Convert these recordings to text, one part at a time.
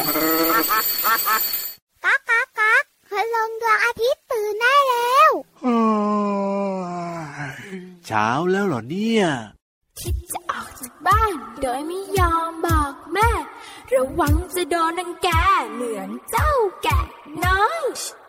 ก๊ากก๊ากก๊ากพลังดวงอาทิตย์ตื่นได้แล้วเช้าแล้วเหรอเนี่ยคิดจะออกจากบ้านโดยไม่ยอมบอกแม่ระวังจะโดนรังแกเหมือนเจ้าแกะน้อย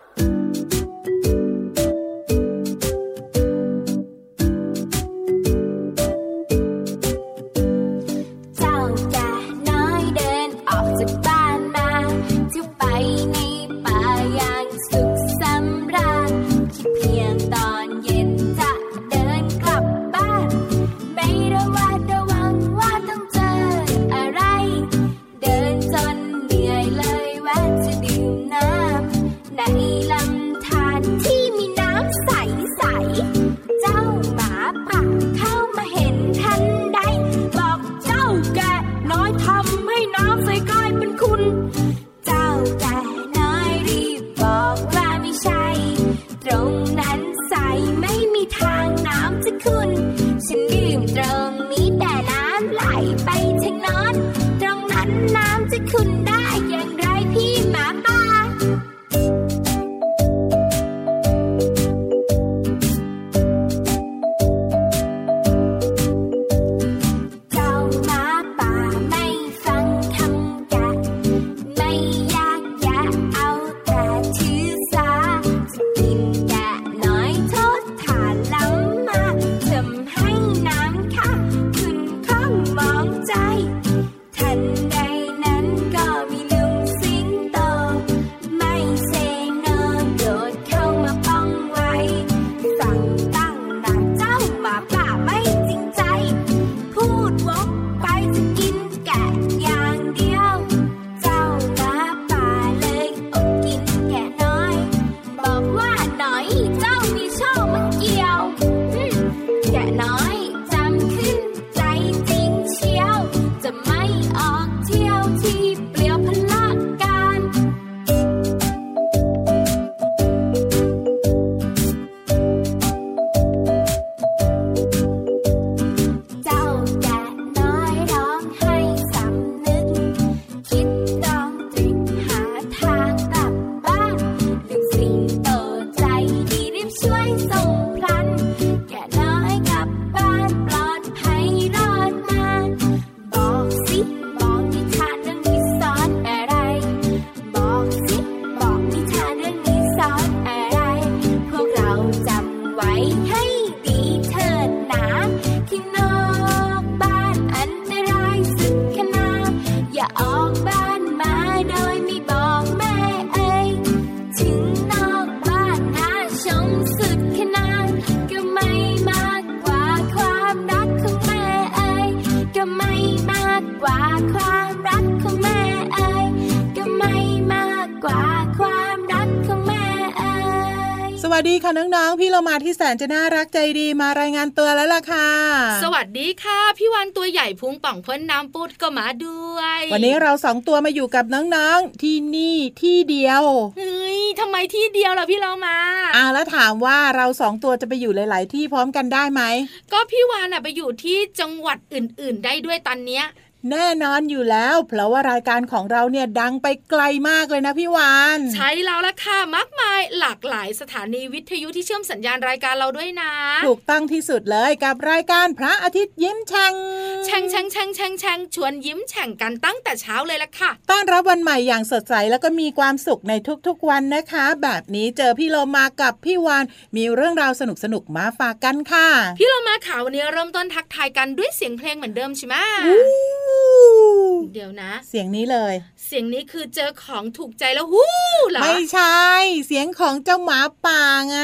สวัสดีค่ะน้องๆพี่เรามาที่แสนจะน่ารักใจดีมารายงานตัวแล้วล่ะค่ะสวัสดีค่ะพี่วันตัวใหญ่พุงป่องพ่นน้ำปุดก็มาด้วยวันนี้เรา2ตัวมาอยู่กับน้องๆที่นี่ที่เดียวเฮ้ยทำไมที่เดียวล่ะพี่เรามาแล้วถามว่าเรา2ตัวจะไปอยู่หลายๆที่พร้อมกันได้ไหมก็พี่วานไปอยู่ที่จังหวัดอื่นๆได้ด้วยตอนเนี้ยแน่นอนอยู่แล้วเพราะว่ารายการของเราเนี่ยดังไปไกลมากเลยนะพี่วานใช่แล้วล่ะค่ะมากมายหลากหลายสถานีวิทยุที่เชื่อมสัญญาณรายการเราด้วยนะถูกต้องที่สุดเลยกับรายการพระอาทิตย์ยิ้มแฉ่งแฉ่งแฉ่งแฉ่งแฉ่งแฉ่งชวนยิ้มแฉ่งกันตั้งแต่เช้าเลยล่ะค่ะต้อนรับวันใหม่อย่างสดใสแล้วก็มีความสุขในทุกๆวันนะคะแบบนี้เจอพี่โลมากับพี่วานมีเรื่องราวสนุกๆมาฝากกันค่ะพี่โลมาข่าววันนี้เริ่มต้นทักทายกันด้วยเสียงเพลงเหมือนเดิมใช่ไหมเดี๋ยวนะเสียงนี้เลยเสียงนี้คือเจอของถูกใจแล้วฮู้เหรอไม่ใช่เสียงของเจ้าหมาป่าไง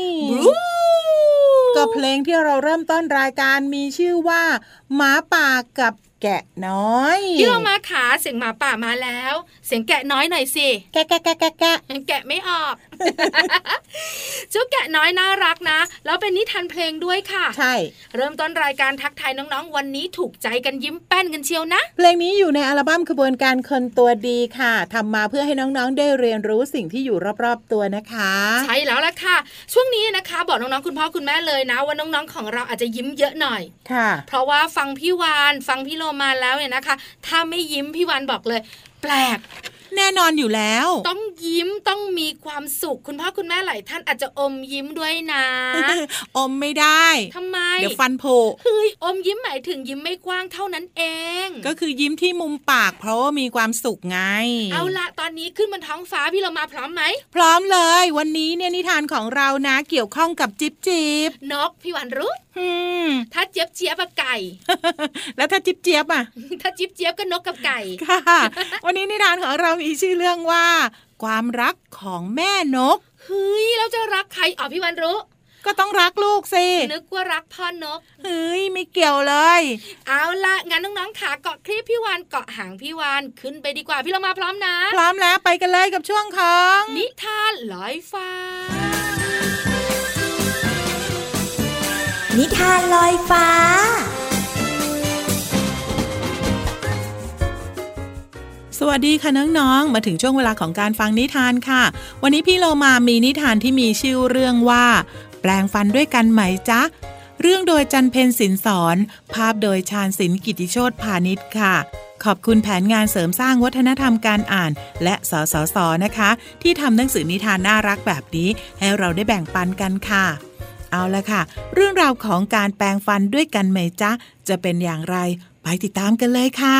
ก็เพลงที่เราเริ่มต้นรายการมีชื่อว่าหมาป่ากับแกะน้อยพี่เรามาขาเสียงหมาป่ามาแล้วเสียงแกะน้อยหน่อยสิแกะแกะแกะแกะแกะแกะไม่ออก เจ้าแกะน้อยน่ารักนะแล้วเป็นนิทานเพลงด้วยค่ะใช่เริ่มต้นรายการทักทายน้องๆวันนี้ถูกใจกันยิ้มแป้นกันเชียวนะเพลงนี้อยู่ในอัลบั้มขบวนการคนตัวดีค่ะทำมาเพื่อให้น้องๆได้เรียนรู้สิ่งที่อยู่รอบๆตัวนะคะใช่แล้วล่ะค่ะช่วงนี้นะคะบอกน้องๆคุณพ่อคุณแม่เลยนะว่าน้องๆของเราอาจจะยิ้มเยอะหน่อยค่ะเพราะว่าฟังพี่วานฟังพี่โลมาแล้วเนี่ยนะคะถ้าไม่ยิ้มพี่วานบอกเลยแปลกแน่นอนอยู่แล้วต้องยิ้มต้องมีความสุขคุณพ่อคุณแม่หลายท่านอาจจะอมยิ้มด้วยนะอมไม่ได้ทำไมเดี๋ยวฟันผุเฮ้ยอมยิ้มหมายถึงยิ้มไม่กว้างเท่านั้นเองก็คือยิ้มที่มุมปากเพราะว่ามีความสุขไงเอาละตอนนี้ขึ้นบนท้องฟ้าพี่เรามาพร้อมไหมพร้อมเลยวันนี้เนี่ยนิทานของเรานะเกี่ยวข้องกับจิ๊บจิ๊บนกพี่วันรู้ถ้าเจี๊ยบเจี๊ยบไก่แล้วถ้าจิ๊บเจี๊ยบอ่ะถ้าจิ๊บเจี๊ยบก็นกกับไก่ค่ะวันนี้นิทานของเรามีชื่อเรื่องว่าความรักของแม่นกเฮ้ยเราจะรักใครพี่วันรู้ก็ต้องรักลูกสินึกว่ารักพ่อนกเฮ้ยไม่เกี่ยวเลยเอาละงั้นน้องๆขาเกาะคลิปพี่วานเกาะหางพี่วานขึ้นไปดีกว่าพี่เรามาพร้อมนะพร้อมแล้วไปกันเลยกับช่วงของนิทานลอยฟ้านิทานลอยฟ้าสวัสดีค่ะน้องๆมาถึงช่วงเวลาของการฟังนิทานค่ะวันนี้พี่โลมามีนิทานที่มีชื่อเรื่องว่าแปลงฟันด้วยกันไหมจ๊ะเรื่องโดยจันเพ็ญศิลป์สอนภาพโดยชาญศิลป์กิติโชติพาณิชย์ค่ะขอบคุณแผนงานเสริมสร้างวัฒนธรรมการอ่านและสสส.นะคะที่ทำหนังสือนิทานน่ารักแบบนี้ให้เราได้แบ่งปันกันค่ะเอาละค่ะเรื่องราวของการแปลงฟันด้วยกันไหมจ๊ะจะเป็นอย่างไรไปติดตามกันเลยค่ะ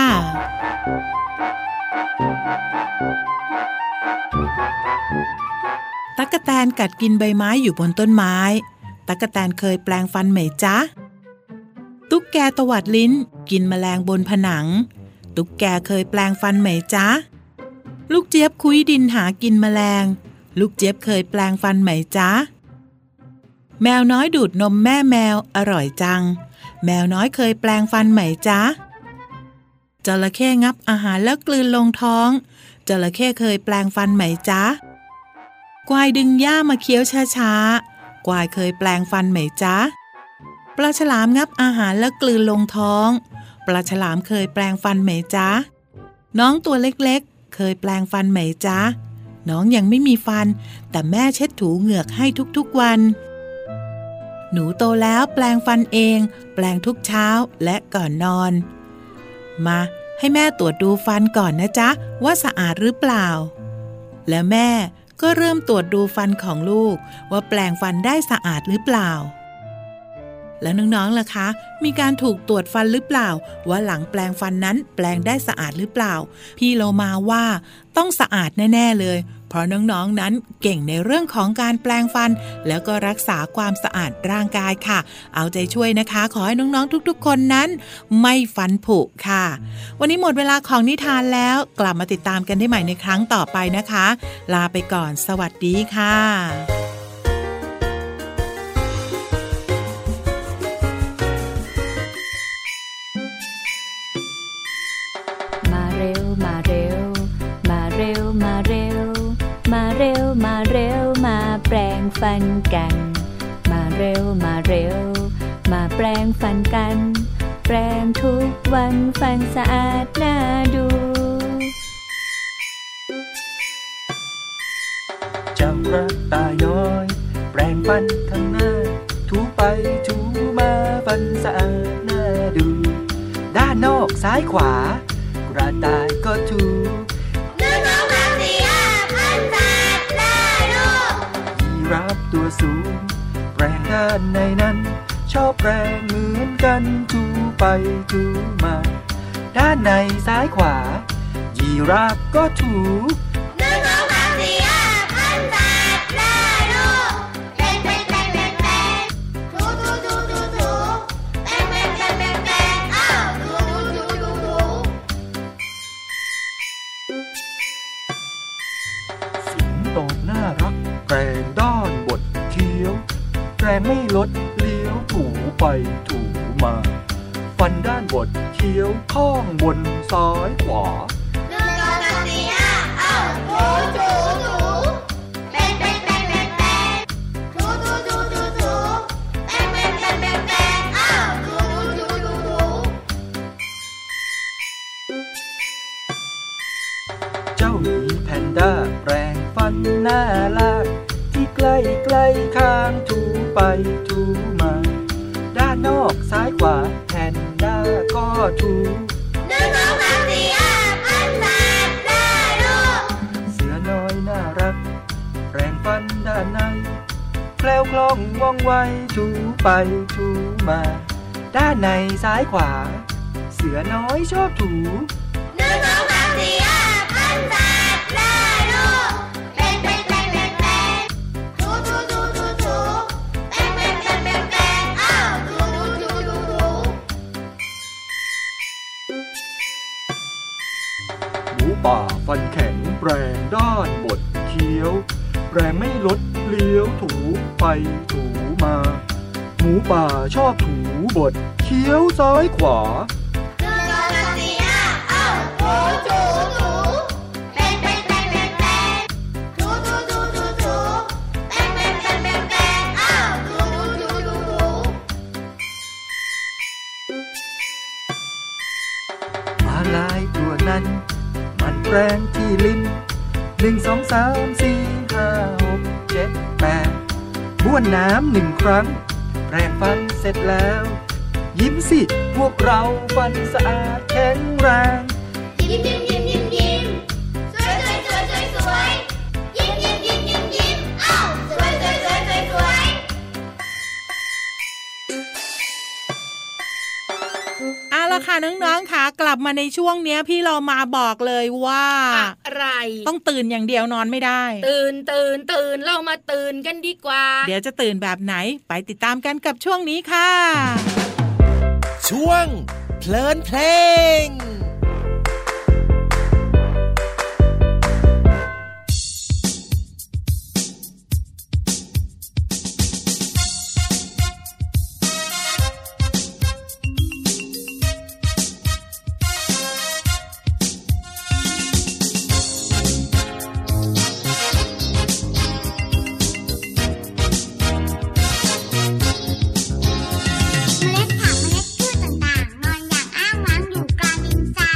ตั๊กแตนกัดกินใบไม้อยู่บนต้นไม้ตั๊กแตนเคยแปลงฟันไหมจ๊ะตุ๊กแกตวัดลิ้นกินแมลงบนผนังตุ๊กแกเคยแปลงฟันไหมจ๊ะลูกเจี๊ยบคุ้ยดินหากินแมลงลูกเจี๊ยบเคยแปลงฟันไหมจ๊ะแมวน้อยดูดนมแม่แมวอร่อยจังแมวน้อยเคยแปลงฟันไหมจ๊ะจระเข้งับอาหารแล้วกลืนลงท้องจระเข้เคยแปลงฟันไหมจ๊ะควายดึงหญ้ามาเคี้ยวช้าๆควายเคยแปลงฟันไหมจ๊ะปลาฉลามงับอาหารแล้วกลืนลงท้องปลาฉลามเคยแปลงฟันไหมจ๊ะน้องตัวเล็กๆเคยแปลงฟันไหมจ๊ะน้องยังไม่มีฟันแต่แม่เช็ดถูเหงือกให้ทุกๆวันหนูโตแล้วแปลงฟันเองแปลงทุกเช้าและก่อนนอนมาให้แม่ตรวจดูฟันก่อนนะจ๊ะว่าสะอาดหรือเปล่าแล้วแม่ก็เริ่มตรวจดูฟันของลูกว่าแปลงฟันได้สะอาดหรือเปล่าแล้วน้องๆล่ะคะมีการถูกตรวจฟันหรือเปล่าว่าหลังแปลงฟันนั้นแปลงได้สะอาดหรือเปล่าพี่โลมาว่าต้องสะอาดแน่ๆเลยเพราะน้องๆนั้นเก่งในเรื่องของการแปลงฟันแล้วก็รักษาความสะอาดร่างกายค่ะเอาใจช่วยนะคะขอให้น้องๆทุกๆคนนั้นไม่ฟันผุค่ะวันนี้หมดเวลาของนิทานแล้วกลับมาติดตามกันได้ใหม่ในครั้งต่อไปนะคะลาไปก่อนสวัสดีค่ะมาเร็วมาเร็วมาเร็วมาเร็วมาเร็วมาเร็วมาแปรงฟันกันมาเร็วมาเร็วมาแปรงฟันกันแปรงทุกวันฟันสะอาดน่าดูเจ้ากระต่ายน้อยแปรงฟันข้างหน้าถูไปถูมาฟันสะอาดน่าดูด้านนอกซ้ายขวากระต่ายก็ถูรับตัวสูงแปรงด้านในนั้นชอบแปรงเหมือนกันถูไปถูมาด้านในซ้ายขวายีราฟก็ถูสิงโตน่ารักแปรงด้านบดเคี้ยวแปรงไม่ลดเลี้ยวถูไปถูมาฟันด้านบดเคี้ยวข้างบนซ้ายขวาเจ้าหมีแพนด้าแปรงฟันหน้าลากที่ใกล้ๆข้างถูไปถูมาด้านนอกซ้ายขวาแพนด้าก็ถูคล่องว่องไวถูไปถูมาด้านในซ้ายขวาเสือน้อยชอบถู 1 2 3 4 5พันศาสตร์น่าดูเป็นถูเป็นอ้าวถูหมูป่าฟันแข็งแปรงด้านบดเคี้ยวแปรงไม่ลดเลี้ยวถูไปถูมาหมูป่าชอบถูบดเคี้ยวซ้ายขวาม้าลายตัวนั้นมันแปรงที่ลิ้น1 2 3 4 5 6 7 8บ้วนน้ำ1 ครั้งแปรงฟันเสร็จแล้วยิ้มสิพวกเราฟันสะอาดแข็งแรงยิ้มสวยยิ้มอ้าวสวยเอาล่ะค่ะน้องๆค่ะกลับมาในช่วงเนี้ยพี่เรามาบอกเลยว่าอะไรต้องตื่นอย่างเดียวนอนไม่ได้ตื่นเรามาตื่นกันดีกว่าเดี๋ยวจะตื่นแบบไหนไปติดตามกันกับช่วงนี้ค่ะช่วงเพลินเพลงเมล็ดผักเมล็ดพืชต่างๆนอนอย่างอ้างว้างอยู่กลางดินทราย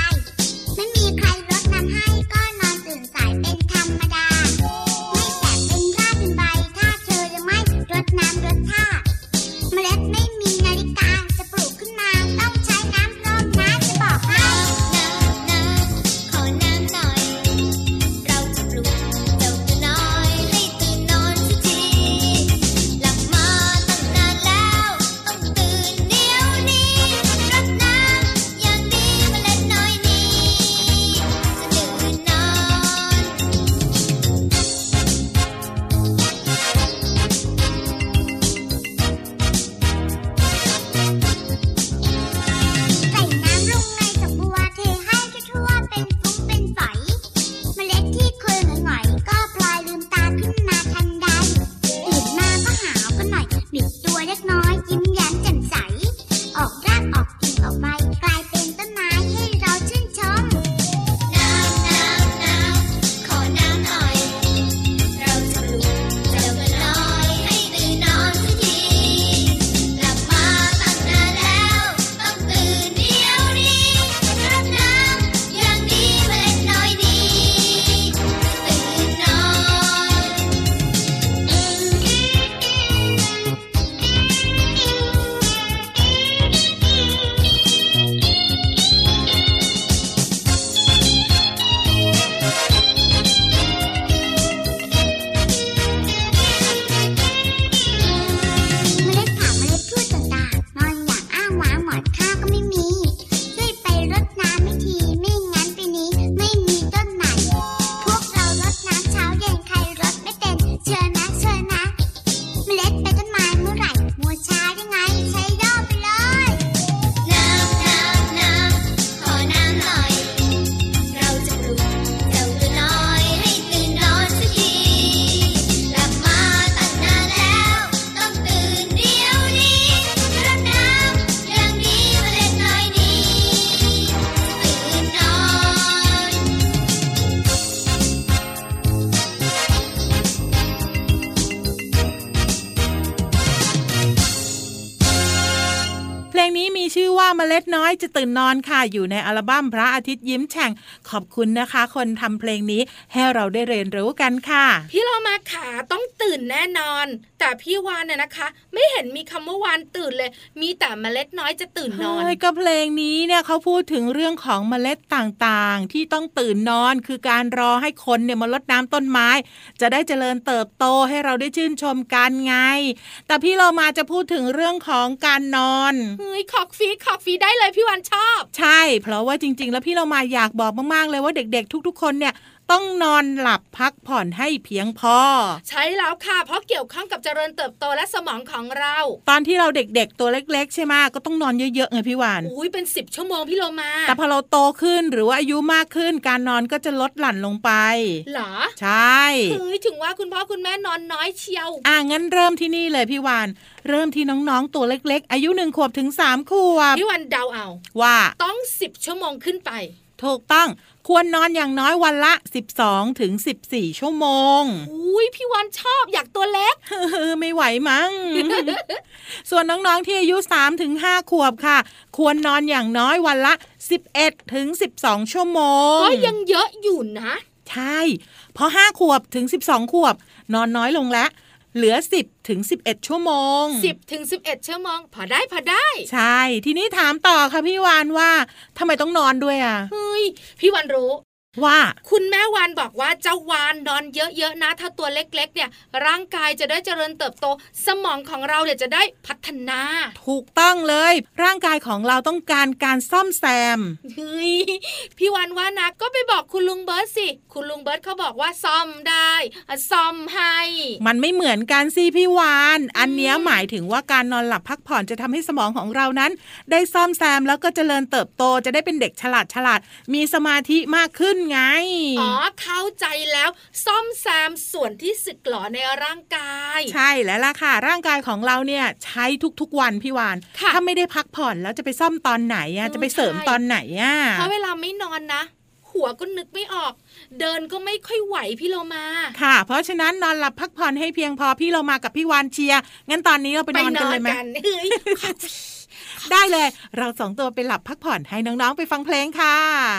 เมล็ดน้อยจะตื่นนอนค่ะอยู่ในอัลบั้มพระอาทิตย์ยิ้มแฉ่งขอบคุณนะคะคนทำเพลงนี้ให้เราได้เรียนรู้กันค่ะพี่เรามาขาต้องตื่นแน่นอนแต่พี่วานเนี่ยนะคะไม่เห็นมีคำว่าวานตื่นเลยมีแต่เมล็ดน้อยจะตื่นนอนก็เพลงนี้เนี่ยเขาพูดถึงเรื่องของเมล็ดต่างๆที่ต้องตื่นนอนคือการรอให้คนเนี่ยมารดน้ำต้นไม้จะได้เจริญเติบโตให้เราได้ชื่นชมกันไงแต่พี่เรามาจะพูดถึงเรื่องของการนอนขอกฟีได้เลยพี่วานชอบใช่เพราะว่าจริงๆแล้วพี่เรามาอยากบอกมากๆเลยว่าเด็กๆทุกๆคนเนี่ยต้องนอนหลับพักผ่อนให้เพียงพอใช่แล้วค่ะเพราะเกี่ยวข้องกับเจริญเติบโตและสมองของเราตอนที่เราเด็กๆตัวเล็กๆใช่ไหมก็ต้องนอนเยอะๆไงพี่วานเป็น10 ชั่วโมงพี่โลมาแต่พอเราโตขึ้นหรือว่าอายุมากขึ้นการนอนก็จะลดหลั่นลงไปเหรอใช่ถึงว่าคุณพ่อคุณแม่นอนน้อยเชียวงั้นเริ่มที่นี่เลยพี่วานเริ่มที่น้องๆตัวเล็กๆอายุ1 ขวบถึง3 ขวบพี่วานเดาเอาว่าต้อง10 ชั่วโมงขึ้นไปถูกต้องควรนอนอย่างน้อยวันละ12 ถึง 14 ชั่วโมงพี่วานชอบอยากตัวเล็กไม่ไหวมั้ง ส่วนน้องๆที่อายุ3 ถึง 5 ขวบค่ะควรนอนอย่างน้อยวันละ11 ถึง 12 ชั่วโมงก็ยังเยอะอยู่นะใช่พอ5 ขวบถึง12 ขวบนอนน้อยลงแล้วเหลือ10 ถึง 11 ชั่วโมง 10 ถึง 11 ชั่วโมงพอได้ใช่ทีนี้ถามต่อค่ะพี่วานว่าทำไมต้องนอนด้วยพี่วานรู้ว่าคุณแม่วานบอกว่าเจ้าวานนอนเยอะๆนะถ้าตัวเล็กๆเนี่ยร่างกายจะได้เจริญเติบโตสมองของเราเนี่ยจะได้พัฒนาถูกต้องเลยร่างกายของเราต้องการซ่อมแซมพี่วานว่านะก็ไปบอกคุณลุงเบิร์ตสิคุณลุงเบิร์ตเขาบอกว่าซ่อมได้ซ่อมให้มันไม่เหมือนกันสิพี่วานอันเนี้ยหมายถึงว่าการนอนหลับพักผ่อนจะทำให้สมองของเรานั้นได้ซ่อมแซมแล้วก็เจริญเติบโตจะได้เป็นเด็กฉลาดมีสมาธิมากขึ้นไงเข้าใจแล้วซ่อมแซมส่วนที่สึกหรอในร่างกายใช่แล้วล่ะค่ะร่างกายของเราเนี่ยใช้ทุกๆวันพี่วานถ้าไม่ได้พักผ่อนแล้วจะไปซ่อมตอนไหนจะไปเสริมตอนไหนเพราะเวลาไม่นอนนะหัวก็นึกไม่ออกเดินก็ไม่ค่อยไหวพี่โลมาค่ะเพราะฉะนั้นนอนหลับพักผ่อนให้เพียงพอพี่โลมากับพี่วานเชียร์งั้นตอนนี้เราไปนอนกันเลยไหมได้เลยเรา2 ตัวไปหลับพักผ่อนให้น้องๆไปฟังเพลงค่ะ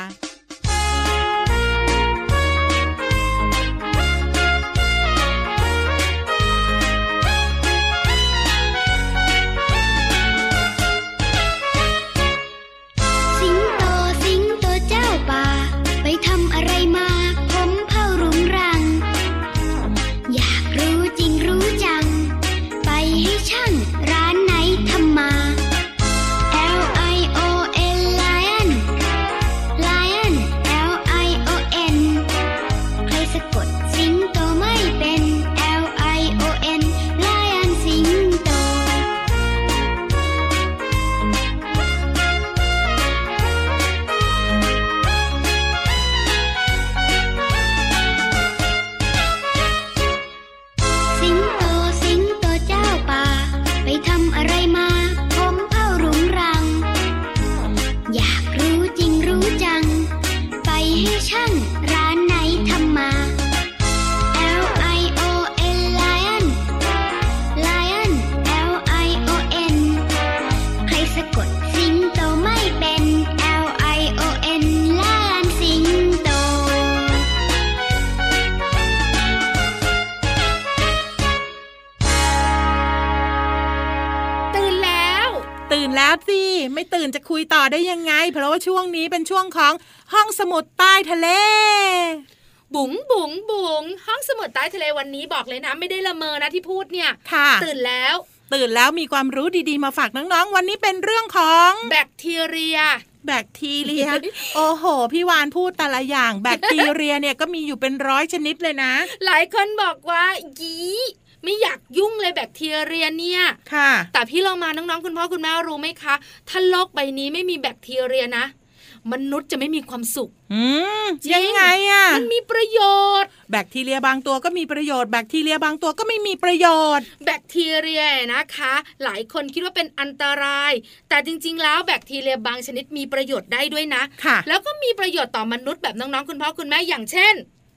ไม่ตื่นจะคุยต่อได้ยังไงเพราะว่าช่วงนี้เป็นช่วงของห้องสมุดใต้ทะเลบุ๋งห้องสมุดใต้ทะเลวันนี้บอกเลยนะไม่ได้ละเมอนะที่พูดเนี่ยตื่นแล้วมีความรู้ดีๆมาฝากน้องๆวันนี้เป็นเรื่องของแบคทีเรียโอ้โหพี่วานพูดแต่ละอย่างแบคทีเรียเนี่ยก็มีอยู่เป็น100 ชนิดเลยนะหลายคนบอกว่าไม่อยากยุ่งเลยแบคทีเรียเนี่ยค่ะแต่พี่เรามาน้องๆคุณพ่อคุณแม่รู้ไหมคะถ้าโลกใบนี้ไม่มีแบคทีเรียนะมนุษย์จะไม่มีความสุขยังไงมันมีประโยชน์แบคทีเรียบางตัวก็มีประโยชน์แบคทีเรียบางตัวก็ไม่มีประโยชน์แบคทีเรียนะคะหลายคนคิดว่าเป็นอันตรายแต่จริงๆแล้วแบคทีเรียบางชนิดมีประโยชน์ได้ด้วยนะแล้วก็มีประโยชน์ต่อมนุษย์แบบน้องๆคุณพ่อคุณแม่อย่างเช่น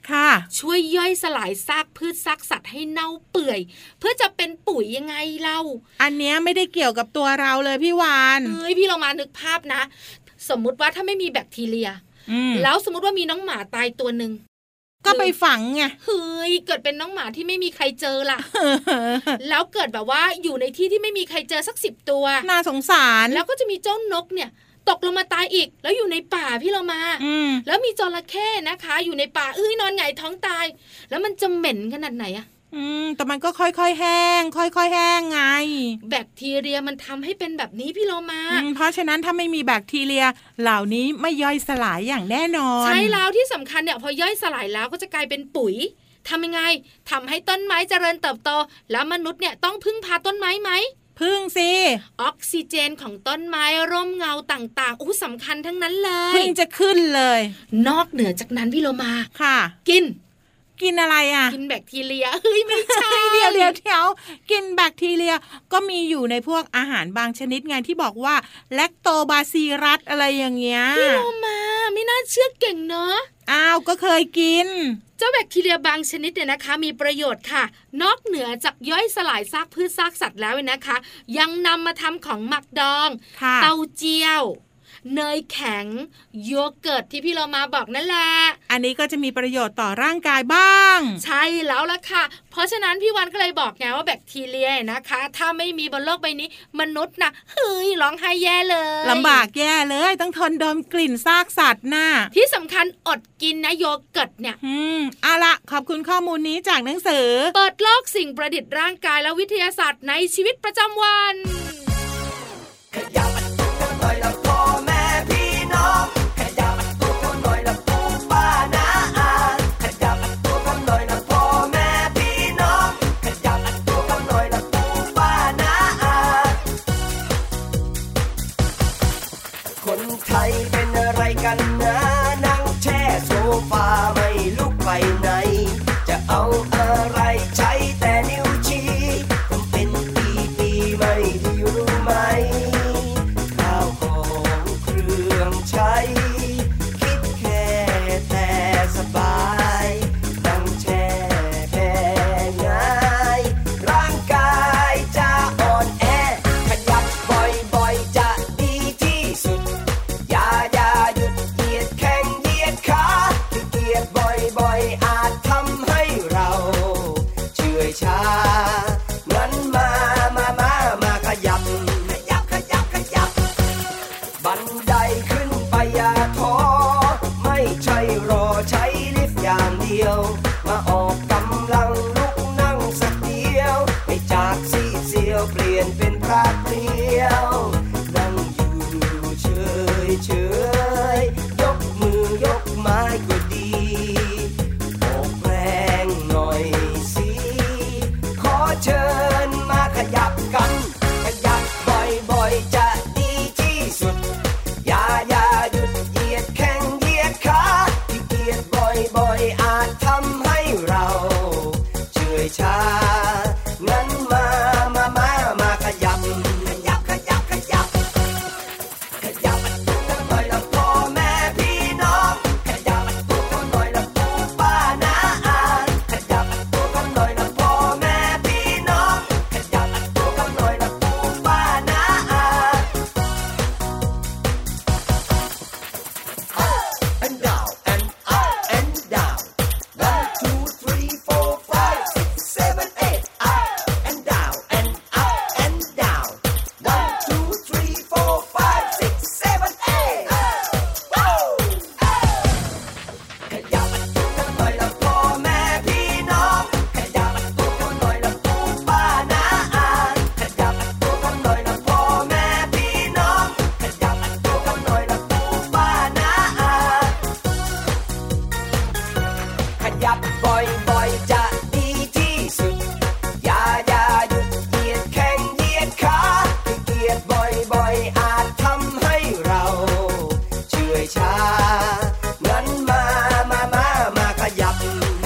ค่ะช่วยย่อยสลายซากพืชซากสัตว์ให้เน่าเปื่อยเพื่อจะเป็นปุ๋ยยังไงเล่าอันเนี้ยไม่ได้เกี่ยวกับตัวเราเลยพี่วานพี่เรามานึกภาพนะสมมุติว่าถ้าไม่มีแบคทีเรียแล้วสมมุติว่ามีน้องหมาตายตัวนึงก็ไปฝังไงเฮ้ยเกิดเป็นน้องหมาที่ไม่มีใครเจอล่ะ แล้วเกิดแบบว่าอยู่ในที่ที่ไม่มีใครเจอสัก10 ตัวน่าสงสารแล้วก็จะมีเจ้านกเนี่ยตกลงมาตายอีกแล้วอยู่ในป่าพี่เรามาแล้วมีจระเข้นะคะอยู่ในป่านอนหงายท้องตายแล้วมันจะเหม็นขนาดไหนอะแต่มันก็ค่อยๆแห้งค่อยๆแห้งไงแบคทีเรียมันทำให้เป็นแบบนี้พี่โลมาเพราะฉะนั้นถ้าไม่มีแบคทีเรียเหล่านี้ไม่ย่อยสลายอย่างแน่นอนใช่แล้วที่สำคัญเนี่ยพอย่อยสลายแล้วก็จะกลายเป็นปุ๋ยทำยังไงทำให้ต้นไม้เจริญเติบโตแล้วมนุษย์เนี่ยต้องพึ่งพาต้นไม้ไหมพึ่งสิออกซิเจนของต้นไม้ร่มเงาต่างๆสำคัญทั้งนั้นเลยพึ่งจะขึ้นเลยนอกเหนือจากนั้นพี่โลมาค่ะกินอะไรอ่ะกินแบคทีเรียเฮ้ยไม่ใช่เดี๋ยวกินแบคทีเรียก็มีอยู่ในพวกอาหารบางชนิดไงที่บอกว่าแลคโตบาซิลลัสอะไรอย่างเงี้ยพี่โลมาไม่น่าเชื่อเก่งเนาะก็เคยกินเจ้าแบคทีเรียบางชนิดเนี่ยนะคะมีประโยชน์ค่ะนอกเหนือจากย่อยสลายซากพืชซากสัตว์แล้วนะคะยังนำมาทำของหมักดองเต้าเจี้ยวเนยแข็งโยเกิร์ตที่พี่เรามาบอกนั่นแหละอันนี้ก็จะมีประโยชน์ต่อร่างกายบ้างใช่แล้วล่ะค่ะเพราะฉะนั้นพี่วันก็เลยบอกไงว่าแบคทีเรียนะคะถ้าไม่มีบนโลกใบนี้มนุษย์นะเฮ้ยร้องไห้แย่เลยลำบากแย่เลยต้องทนดมกลิ่นซากสัตว์น่ะที่สำคัญอดกินนะโยเกิร์ตเนี่ยเอาละขอบคุณข้อมูลนี้จากหนังสือเปิดโลกสิ่งประดิษฐ์ร่างกายและวิทยาศาสตร์ในชีวิตประจำวันขยับกันหน่อยละพ่อแม่พี่น้องขยับตัวกันหน่อยละปู่ป้าน้าอาขยับตัวกันหน่อยละพ่อแม่พี่น้องขยับตัวกันหน่อยละปู่ป้าน้าอาคนไทยเป็นอะไรกันนะนั่งแช่โซฟาไม่ลุกไปไหนจะเอาอะไรใช้แต่นิ้วชี้ต้องเป็นปีไม่ดีรู้ไหมข้าวของเครื่องใช้คิดแค่แต่สบายนั่งแช่แค่ง่ายร่างกายจะอ่อนแอขยับบ่อยๆจะดีที่สุดอย่าหยุดเหยียดแข้งเหยียดขาขี้เกียจบ่อยๆอาจทำให้เราเฉื่อยชางั้นมาขยับบันไดขึ้นไปอย่าท้อไม่ใช่รอใช้ลิฟต์อย่างเดียวมาออกกำลังลุกนั่งสักเดียวให้จากซีดเซียวเปลี่ยนเป็นพระเปรี้ยวนั่งอยู่เฉยยกมือยกไม้ก็ดีออกแรงหน่อยสิขอเชิญมาขยับกันขยับบ่อยๆจะดีที่สุดอย่าหยุดเหยียดแข้งเหยียดขาขี้เกียจบ่อยๆอาจทำให้เราเฉื่อยชางั้นมาขยับตัวกันหน่อยละพ่อแม่พี่น้องขยับตัวกันหน่อยละปู่ป้าน้าอาขยับตัวกันหน่อยละพ่อแม่พี่น้องขยับตัวกันหน่อยละปู่ป้าน้าอา and down and up and down 1 2 3 4 5 6 7 8 up and down and up and down 1 2 3 4 5 6 7 8 ขยับตัวกันหน่อยละพ่อแม่พี่น้องขยับตัวกันหน่อยละปู่ป้าน้าอาขยับตัวกันหน่อยละพ่อแม่พี่น้องขยับตัวกันหน่อยละปู่ป้าน้าอาขยับบ่อยๆจะดีที่สุดอย่าหยุดเหยียดแข้งเหยียดขาขี้เกียจบ่อยๆอาจทำให้เราเฉื่อยชางั้นมาขยับ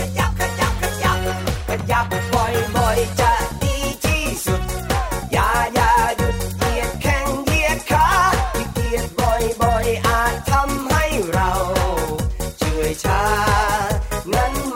บ่อยๆจะดีที่สุดอย่าหยุดเหยียดแข้งเหยียดขาขี้เกียจบ่อยๆอาจทำให้เราเฉื่อยชางั้น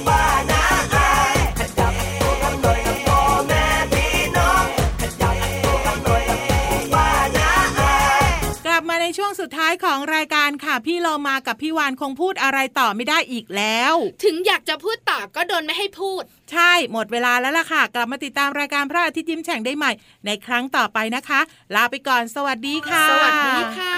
ป้าน้าอาขยับตัวกันหน่อยกับพ่อแม่พี่น้องขยับตัวกันหน่อยกับป้าน้าอากลับมาในช่วงสุดท้ายของรายการค่ะพี่โลมากับพี่วานคงพูดอะไรต่อไม่ได้อีกแล้วถึงอยากจะพูดต่อก็โดนไม่ให้พูดใช่หมดเวลาแล้วล่ะค่ะกลับมาติดตามรายการพระอาทิตย์ยิ้มแฉ่งได้ใหม่ในครั้งต่อไปนะคะลาไปก่อนสวัสดีค่ะสวัสดีค่ะ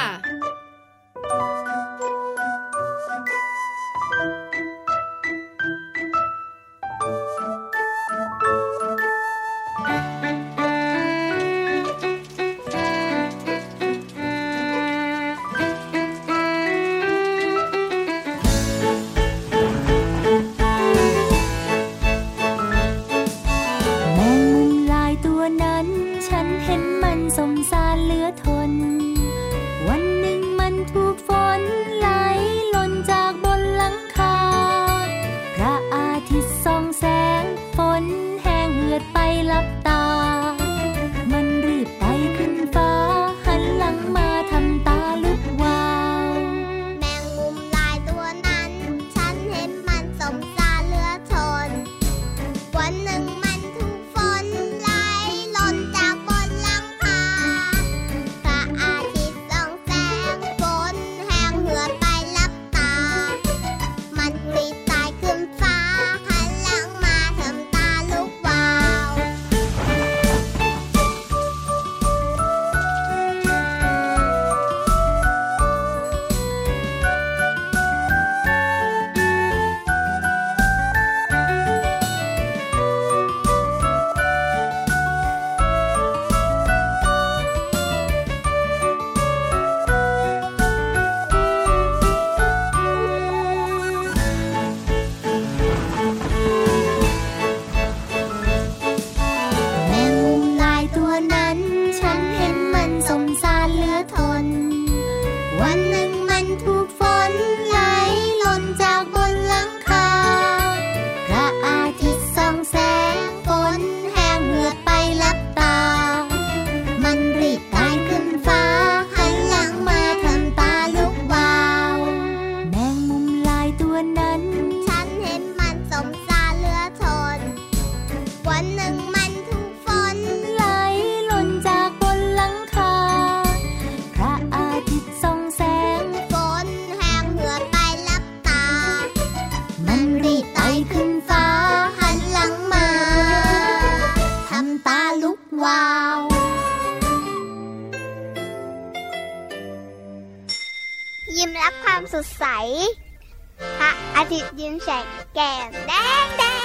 ยิ้มรับความสดใสพระอาทิตย์ยิ้มแฉกแก้มแดง